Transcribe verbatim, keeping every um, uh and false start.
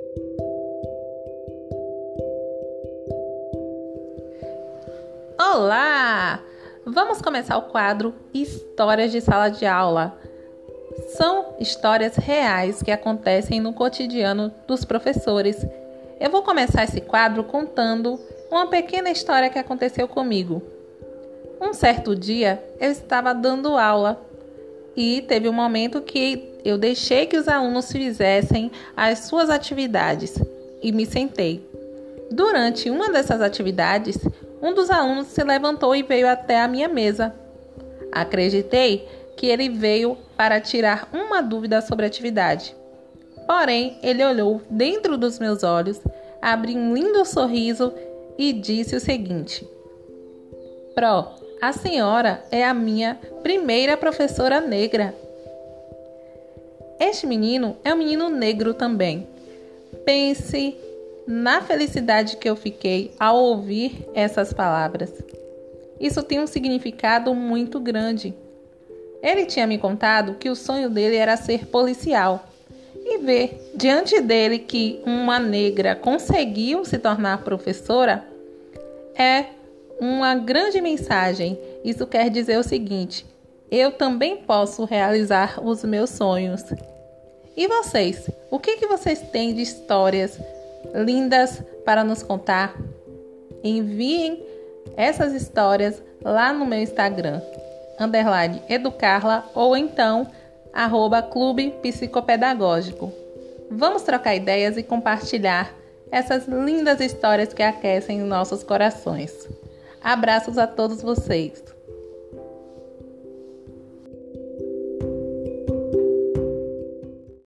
Olá! Vamos começar o quadro Histórias de Sala de Aula. São histórias reais que acontecem no cotidiano dos professores. Eu vou começar esse quadro contando uma pequena história que aconteceu comigo. Um certo dia, eu estava dando aula e teve um momento que eu deixei que os alunos fizessem as suas atividades e me sentei. Durante uma dessas atividades, um dos alunos se levantou e veio até a minha mesa. Acreditei que ele veio para tirar uma dúvida sobre a atividade. Porém, ele olhou dentro dos meus olhos, abriu um lindo sorriso e disse o seguinte: Pró, a senhora é a minha primeira professora negra. Este menino é um menino negro também. Pense na felicidade que eu fiquei ao ouvir essas palavras. Isso tem um significado muito grande. Ele tinha me contado que o sonho dele era ser policial. E ver diante dele que uma negra conseguiu se tornar professora é uma grande mensagem. Isso quer dizer o seguinte: eu também posso realizar os meus sonhos. E vocês? O que, que vocês têm de histórias lindas para nos contar? Enviem essas histórias lá no meu Instagram, underline educarla, ou então arroba clube psicopedagógico. Vamos trocar ideias e compartilhar essas lindas histórias que aquecem nossos corações. Abraços a todos vocês.